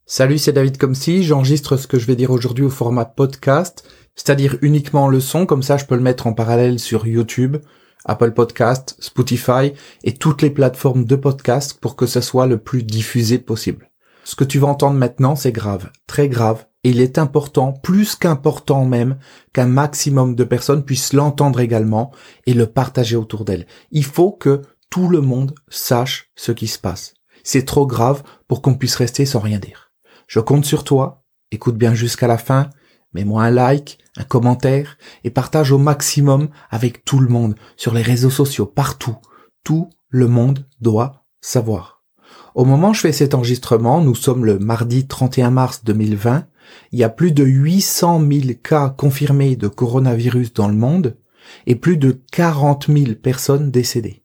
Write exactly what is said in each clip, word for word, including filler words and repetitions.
Salut, c'est David Comsi, j'enregistre ce que je vais dire aujourd'hui au format podcast, c'est-à-dire uniquement le son, comme ça je peux le mettre en parallèle sur YouTube, Apple Podcast, Spotify et toutes les plateformes de podcast pour que ça soit le plus diffusé possible. Ce que tu vas entendre maintenant, c'est grave, très grave, et il est important, plus qu'important même, qu'un maximum de personnes puissent l'entendre également et le partager autour d'elles. Il faut que tout le monde sache ce qui se passe. C'est trop grave pour qu'on puisse rester sans rien dire. Je compte sur toi, écoute bien jusqu'à la fin, mets-moi un like, un commentaire et partage au maximum avec tout le monde, sur les réseaux sociaux, partout. Tout le monde doit savoir. Au moment où je fais cet enregistrement, nous sommes le mardi trente et un mars deux mille vingt, il y a plus de huit cent mille cas confirmés de coronavirus dans le monde et plus de quarante mille personnes décédées.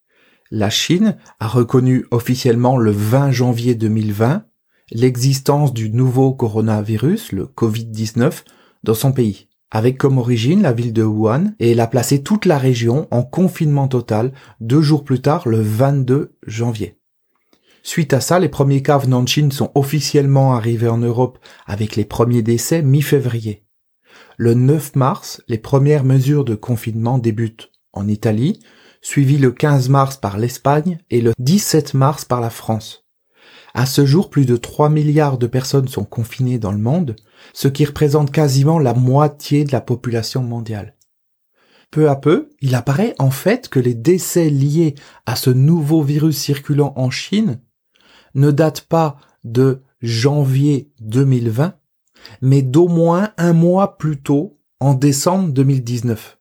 La Chine a reconnu officiellement le vingt janvier deux mille vingt l'existence du nouveau coronavirus, le covid dix-neuf, dans son pays, avec comme origine la ville de Wuhan, et elle a placé toute la région en confinement total deux jours plus tard, le vingt-deux janvier. Suite à ça, les premiers cas venant de Chine sont officiellement arrivés en Europe avec les premiers décès mi-février. Le neuf mars, les premières mesures de confinement débutent en Italie, suivi le quinze mars par l'Espagne et le dix-sept mars par la France. À ce jour, plus de trois milliards de personnes sont confinées dans le monde, ce qui représente quasiment la moitié de la population mondiale. Peu à peu, il apparaît en fait que les décès liés à ce nouveau virus circulant en Chine ne datent pas de janvier deux mille vingt, mais d'au moins un mois plus tôt, en décembre deux mille dix-neuf.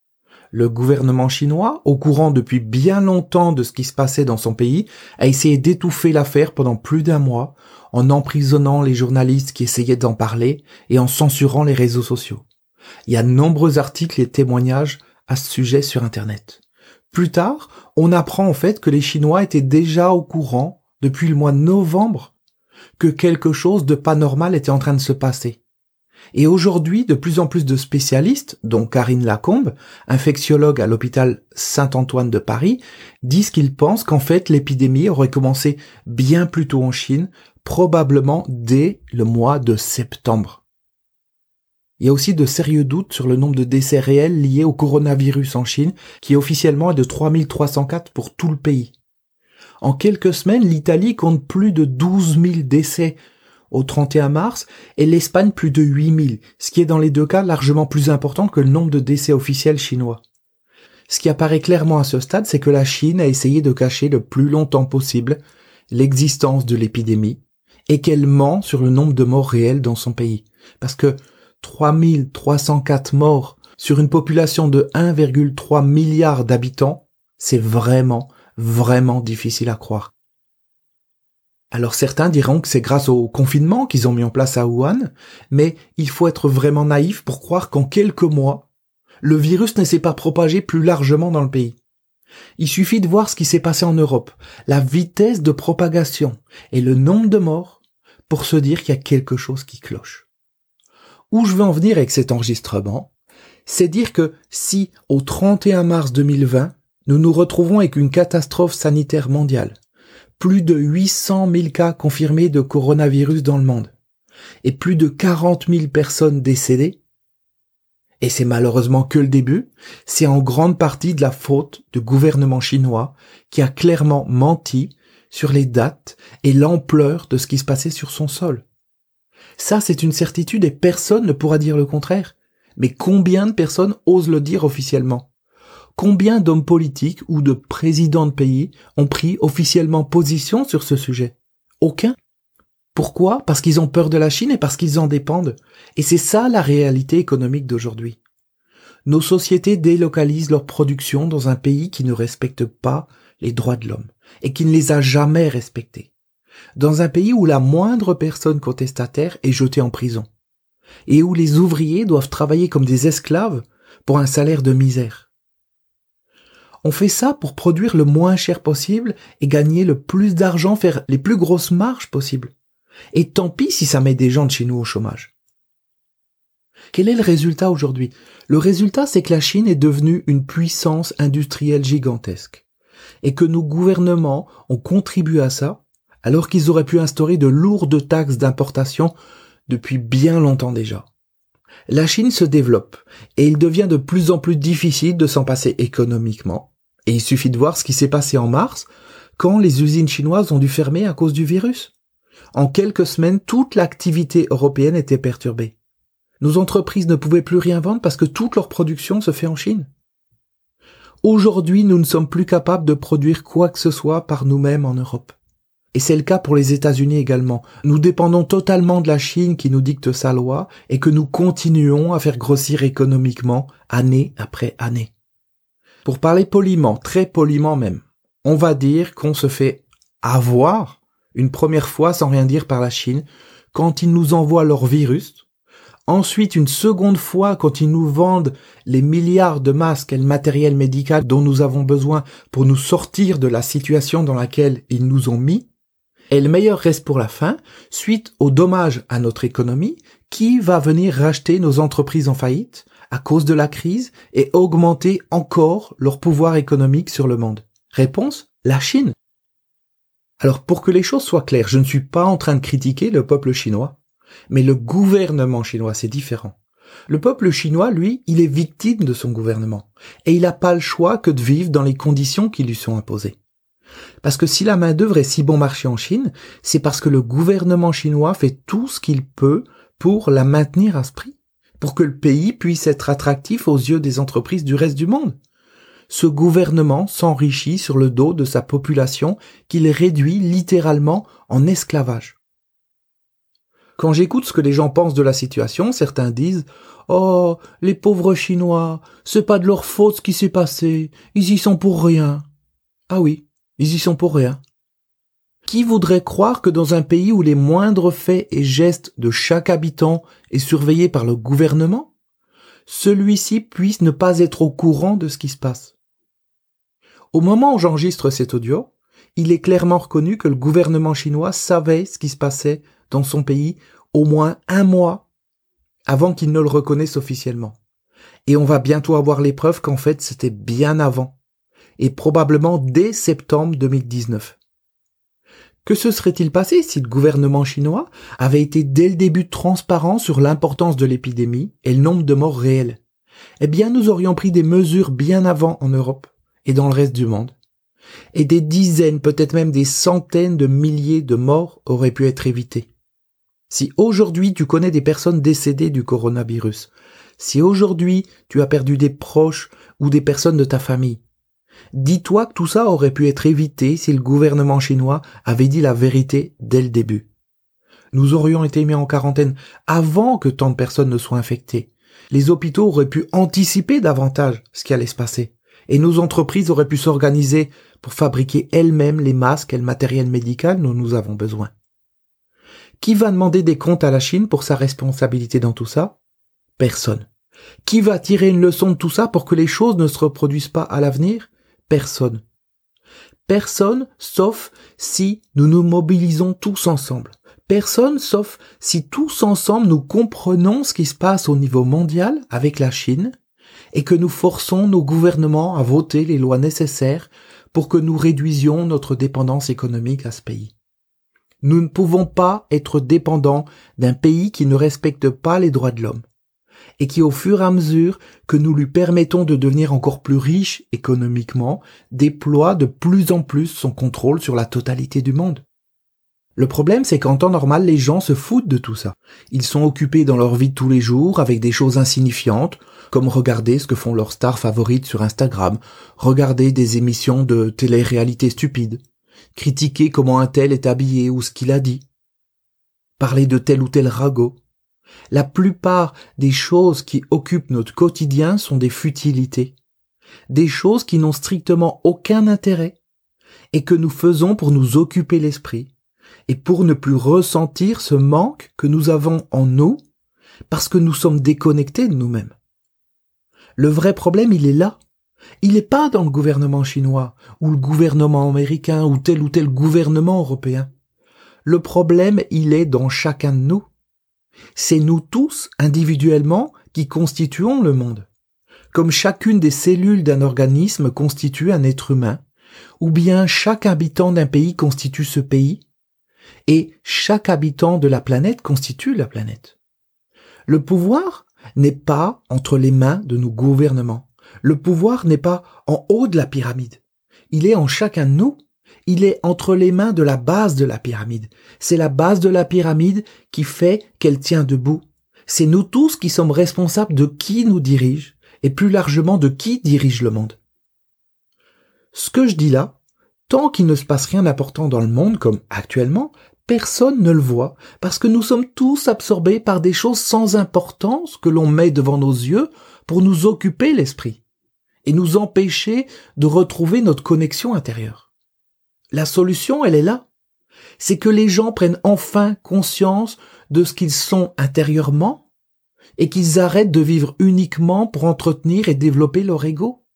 Le gouvernement chinois, au courant depuis bien longtemps de ce qui se passait dans son pays, a essayé d'étouffer l'affaire pendant plus d'un mois, en emprisonnant les journalistes qui essayaient d'en parler et en censurant les réseaux sociaux. Il y a de nombreux articles et témoignages à ce sujet sur Internet. Plus tard, on apprend en fait que les Chinois étaient déjà au courant, depuis le mois de novembre, que quelque chose de pas normal était en train de se passer. Et aujourd'hui, de plus en plus de spécialistes, dont Karine Lacombe, infectiologue à l'hôpital Saint-Antoine de Paris, disent qu'ils pensent qu'en fait l'épidémie aurait commencé bien plus tôt en Chine, probablement dès le mois de septembre. Il y a aussi de sérieux doutes sur le nombre de décès réels liés au coronavirus en Chine, qui officiellement est de trois mille trois cent quatre pour tout le pays. En quelques semaines, l'Italie compte plus de douze mille décès au trente et un mars, et l'Espagne plus de huit mille, ce qui est dans les deux cas largement plus important que le nombre de décès officiels chinois. Ce qui apparaît clairement à ce stade, c'est que la Chine a essayé de cacher le plus longtemps possible l'existence de l'épidémie, et qu'elle ment sur le nombre de morts réels dans son pays. Parce que trois mille trois cent quatre morts sur une population de un virgule trois milliard d'habitants, c'est vraiment, vraiment difficile à croire. Alors certains diront que c'est grâce au confinement qu'ils ont mis en place à Wuhan, mais il faut être vraiment naïf pour croire qu'en quelques mois, le virus ne s'est pas propagé plus largement dans le pays. Il suffit de voir ce qui s'est passé en Europe, la vitesse de propagation et le nombre de morts pour se dire qu'il y a quelque chose qui cloche. Où je veux en venir avec cet enregistrement, c'est dire que si au trente et un mars deux mille vingt, nous nous retrouvons avec une catastrophe sanitaire mondiale, plus de huit cent mille cas confirmés de coronavirus dans le monde et plus de quarante mille personnes décédées, et c'est malheureusement que le début, c'est en grande partie de la faute du gouvernement chinois qui a clairement menti sur les dates et l'ampleur de ce qui se passait sur son sol. Ça, c'est une certitude et personne ne pourra dire le contraire. Mais combien de personnes osent le dire officiellement ? Combien d'hommes politiques ou de présidents de pays ont pris officiellement position sur ce sujet ? Aucun. Pourquoi ? Parce qu'ils ont peur de la Chine et parce qu'ils en dépendent. Et c'est ça la réalité économique d'aujourd'hui. Nos sociétés délocalisent leur production dans un pays qui ne respecte pas les droits de l'homme et qui ne les a jamais respectés. Dans un pays où la moindre personne contestataire est jetée en prison et où les ouvriers doivent travailler comme des esclaves pour un salaire de misère. On fait ça pour produire le moins cher possible et gagner le plus d'argent, faire les plus grosses marges possibles. Et tant pis si ça met des gens de chez nous au chômage. Quel est le résultat aujourd'hui ? Le résultat, c'est que la Chine est devenue une puissance industrielle gigantesque et que nos gouvernements ont contribué à ça alors qu'ils auraient pu instaurer de lourdes taxes d'importation depuis bien longtemps déjà. La Chine se développe et il devient de plus en plus difficile de s'en passer économiquement. Et il suffit de voir ce qui s'est passé en mars quand les usines chinoises ont dû fermer à cause du virus. En quelques semaines, toute l'activité européenne était perturbée. Nos entreprises ne pouvaient plus rien vendre parce que toute leur production se fait en Chine. Aujourd'hui, nous ne sommes plus capables de produire quoi que ce soit par nous-mêmes en Europe. Et c'est le cas pour les États-Unis également. Nous dépendons totalement de la Chine qui nous dicte sa loi et que nous continuons à faire grossir économiquement année après année. Pour parler poliment, très poliment même, on va dire qu'on se fait avoir une première fois sans rien dire par la Chine quand ils nous envoient leur virus, ensuite une seconde fois quand ils nous vendent les milliards de masques et le matériel médical dont nous avons besoin pour nous sortir de la situation dans laquelle ils nous ont mis, et le meilleur reste pour la fin, suite au dommage à notre économie, qui va venir racheter nos entreprises en faillite à cause de la crise et augmenter encore leur pouvoir économique sur le monde? Réponse, la Chine. Alors pour que les choses soient claires, je ne suis pas en train de critiquer le peuple chinois, mais le gouvernement chinois, c'est différent. Le peuple chinois, lui, il est victime de son gouvernement, et il n'a pas le choix que de vivre dans les conditions qui lui sont imposées. Parce que si la main-d'œuvre est si bon marché en Chine, c'est parce que le gouvernement chinois fait tout ce qu'il peut pour la maintenir à ce prix, pour que le pays puisse être attractif aux yeux des entreprises du reste du monde. Ce gouvernement s'enrichit sur le dos de sa population qu'il réduit littéralement en esclavage. Quand j'écoute ce que les gens pensent de la situation, certains disent « Oh, les pauvres Chinois, c'est pas de leur faute ce qui s'est passé, ils y sont pour rien. » Ah oui, ils y sont pour rien. Qui voudrait croire que dans un pays où les moindres faits et gestes de chaque habitant est surveillé par le gouvernement, celui-ci puisse ne pas être au courant de ce qui se passe? Au moment où j'enregistre cet audio, il est clairement reconnu que le gouvernement chinois savait ce qui se passait dans son pays au moins un mois avant qu'il ne le reconnaisse officiellement. Et on va bientôt avoir les preuves qu'en fait c'était bien avant, et probablement dès septembre deux mille dix-neuf. Que se serait-il passé si le gouvernement chinois avait été dès le début transparent sur l'importance de l'épidémie et le nombre de morts réels? Eh bien, nous aurions pris des mesures bien avant en Europe et dans le reste du monde. Et des dizaines, peut-être même des centaines de milliers de morts auraient pu être évitées. Si aujourd'hui tu connais des personnes décédées du coronavirus, si aujourd'hui tu as perdu des proches ou des personnes de ta famille, dis-toi que tout ça aurait pu être évité si le gouvernement chinois avait dit la vérité dès le début. Nous aurions été mis en quarantaine avant que tant de personnes ne soient infectées. Les hôpitaux auraient pu anticiper davantage ce qui allait se passer. Et nos entreprises auraient pu s'organiser pour fabriquer elles-mêmes les masques et le matériel médical dont nous avons besoin. Qui va demander des comptes à la Chine pour sa responsabilité dans tout ça? Personne. Qui va tirer une leçon de tout ça pour que les choses ne se reproduisent pas à l'avenir? Personne. Personne, sauf si nous nous mobilisons tous ensemble. Personne, sauf si tous ensemble nous comprenons ce qui se passe au niveau mondial avec la Chine et que nous forçons nos gouvernements à voter les lois nécessaires pour que nous réduisions notre dépendance économique à ce pays. Nous ne pouvons pas être dépendants d'un pays qui ne respecte pas les droits de l'homme et qui, au fur et à mesure que nous lui permettons de devenir encore plus riche économiquement, déploie de plus en plus son contrôle sur la totalité du monde. Le problème, c'est qu'en temps normal, les gens se foutent de tout ça. Ils sont occupés dans leur vie de tous les jours avec des choses insignifiantes, comme regarder ce que font leurs stars favorites sur Instagram, regarder des émissions de télé-réalité stupides, critiquer comment un tel est habillé ou ce qu'il a dit, parler de tel ou tel ragot. La plupart des choses qui occupent notre quotidien sont des futilités, des choses qui n'ont strictement aucun intérêt et que nous faisons pour nous occuper l'esprit et pour ne plus ressentir ce manque que nous avons en nous parce que nous sommes déconnectés de nous-mêmes. Le vrai problème, il est là. Il n'est pas dans le gouvernement chinois ou le gouvernement américain ou tel ou tel gouvernement européen. Le problème, il est dans chacun de nous. C'est nous tous, individuellement, qui constituons le monde. Comme chacune des cellules d'un organisme constitue un être humain, ou bien chaque habitant d'un pays constitue ce pays, Et chaque habitant de la planète constitue la planète. Le pouvoir n'est pas entre les mains de nos gouvernements. Le pouvoir n'est pas en haut de la pyramide. Il est en chacun de nous. Il est entre les mains de la base de la pyramide. C'est la base de la pyramide qui fait qu'elle tient debout. C'est nous tous qui sommes responsables de qui nous dirige et plus largement de qui dirige le monde. Ce que je dis là, tant qu'il ne se passe rien d'important dans le monde comme actuellement, personne ne le voit parce que nous sommes tous absorbés par des choses sans importance que l'on met devant nos yeux pour nous occuper l'esprit et nous empêcher de retrouver notre connexion intérieure. La solution, elle est là. C'est que les gens prennent enfin conscience de ce qu'ils sont intérieurement et qu'ils arrêtent de vivre uniquement pour entretenir et développer leur ego.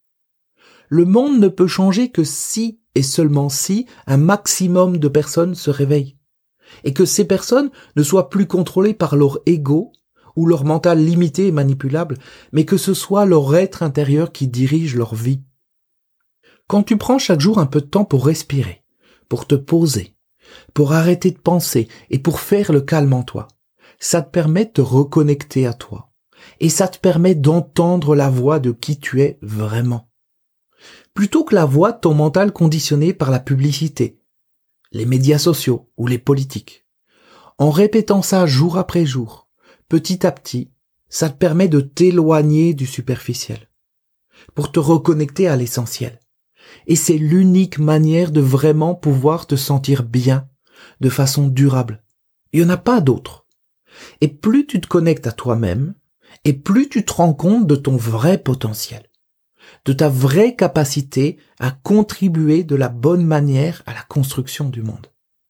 Le monde ne peut changer que si et seulement si un maximum de personnes se réveillent et que ces personnes ne soient plus contrôlées par leur ego ou leur mental limité et manipulable, mais que ce soit leur être intérieur qui dirige leur vie. Quand tu prends chaque jour un peu de temps pour respirer, pour te poser, pour arrêter de penser et pour faire le calme en toi, ça te permet de te reconnecter à toi et ça te permet d'entendre la voix de qui tu es vraiment. Plutôt que la voix de ton mental conditionné par la publicité, les médias sociaux ou les politiques. En répétant ça jour après jour, petit à petit, ça te permet de t'éloigner du superficiel pour te reconnecter à l'essentiel. Et c'est l'unique manière de vraiment pouvoir te sentir bien, de façon durable. Il n'y en a pas d'autre. Et plus tu te connectes à toi-même, et plus tu te rends compte de ton vrai potentiel, de ta vraie capacité à contribuer de la bonne manière à la construction du monde.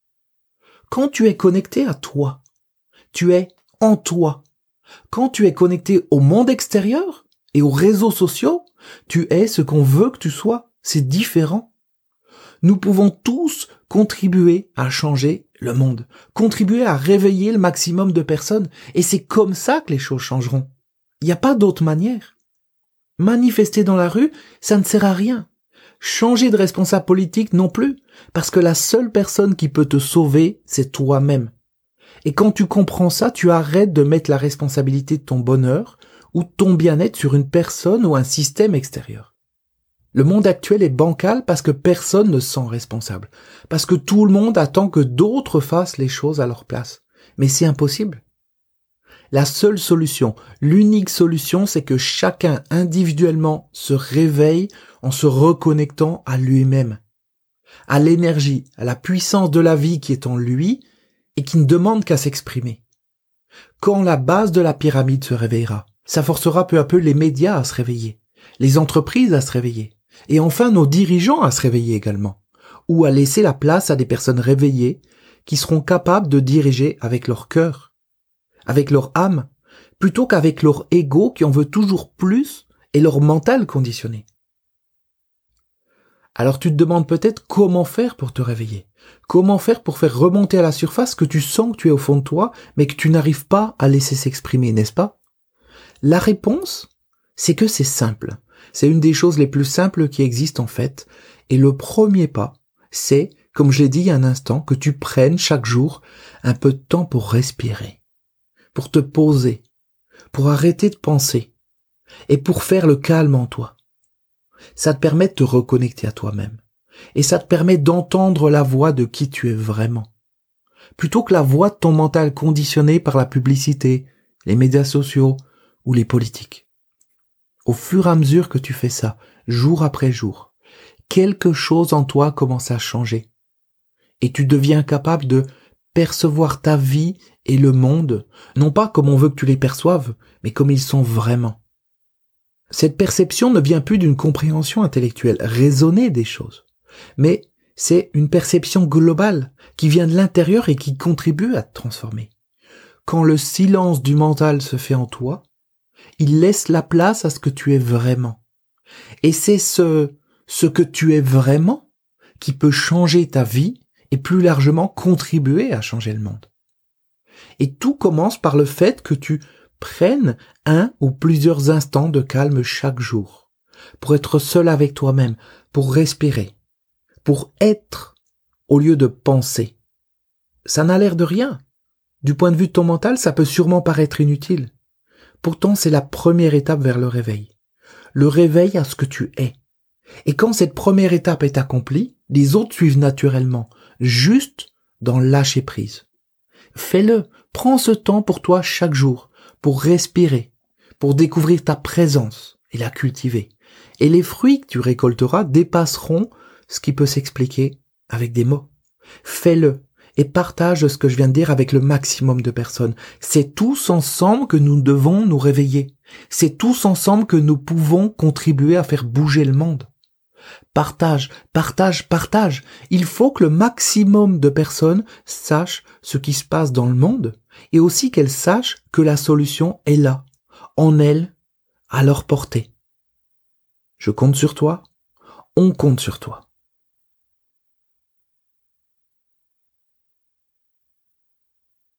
Quand tu es connecté à toi, tu es en toi. Quand tu es connecté au monde extérieur et aux réseaux sociaux, tu es ce qu'on veut que tu sois. C'est différent. Nous pouvons tous contribuer à changer le monde, contribuer à réveiller le maximum de personnes, et c'est comme ça que les choses changeront. Il n'y a pas d'autre manière. Manifester dans la rue, ça ne sert à rien. Changer de responsable politique non plus, parce que la seule personne qui peut te sauver, c'est toi-même. Et quand tu comprends ça, tu arrêtes de mettre la responsabilité de ton bonheur ou de ton bien-être sur une personne ou un système extérieur. Le monde actuel est bancal parce que personne ne se sent responsable, parce que tout le monde attend que d'autres fassent les choses à leur place. Mais c'est impossible. La seule solution, l'unique solution, c'est que chacun individuellement se réveille en se reconnectant à lui-même, à l'énergie, à la puissance de la vie qui est en lui et qui ne demande qu'à s'exprimer. Quand la base de la pyramide se réveillera, ça forcera peu à peu les médias à se réveiller, les entreprises à se réveiller, et enfin nos dirigeants à se réveiller également, ou à laisser la place à des personnes réveillées qui seront capables de diriger avec leur cœur, avec leur âme, plutôt qu'avec leur ego qui en veut toujours plus et leur mental conditionné. Alors tu te demandes peut-être comment faire pour te réveiller, comment faire pour faire remonter à la surface que tu sens que tu es au fond de toi, mais que tu n'arrives pas à laisser s'exprimer, n'est-ce pas? La réponse, c'est que c'est simple. C'est une des choses les plus simples qui existent en fait. Et le premier pas, c'est, comme je l'ai dit il y a un instant, que tu prennes chaque jour un peu de temps pour respirer, pour te poser, pour arrêter de penser et pour faire le calme en toi. Ça te permet de te reconnecter à toi-même et ça te permet d'entendre la voix de qui tu es vraiment, plutôt que la voix de ton mental conditionné par la publicité, les médias sociaux ou les politiques. Au fur et à mesure que tu fais ça, jour après jour, quelque chose en toi commence à changer. Et tu deviens capable de percevoir ta vie et le monde, non pas comme on veut que tu les perçoives, mais comme ils sont vraiment. Cette perception ne vient plus d'une compréhension intellectuelle raisonnée des choses, mais c'est une perception globale qui vient de l'intérieur et qui contribue à te transformer. Quand le silence du mental se fait en toi, il laisse la place à ce que tu es vraiment. Et c'est ce, ce que tu es vraiment qui peut changer ta vie et plus largement contribuer à changer le monde. Et tout commence par le fait que tu prennes un ou plusieurs instants de calme chaque jour, pour être seul avec toi-même, pour respirer, pour être au lieu de penser. ça n'a l'air de rien. Du point de vue de ton mental, ça peut sûrement paraître inutile. Pourtant, c'est la première étape vers le réveil. Le réveil à ce que tu es. Et quand cette première étape est accomplie, les autres suivent naturellement, juste dans lâcher prise. Fais-le, prends ce temps pour toi chaque jour, pour respirer, pour découvrir ta présence et la cultiver. Et les fruits que tu récolteras dépasseront ce qui peut s'expliquer avec des mots. Fais-le et partage ce que je viens de dire avec le maximum de personnes. C'est tous ensemble que nous devons nous réveiller. C'est tous ensemble que nous pouvons contribuer à faire bouger le monde. Partage, partage, partage. Il faut que le maximum de personnes sachent ce qui se passe dans le monde et aussi qu'elles sachent que la solution est là, en elles, à leur portée. Je compte sur toi, on compte sur toi.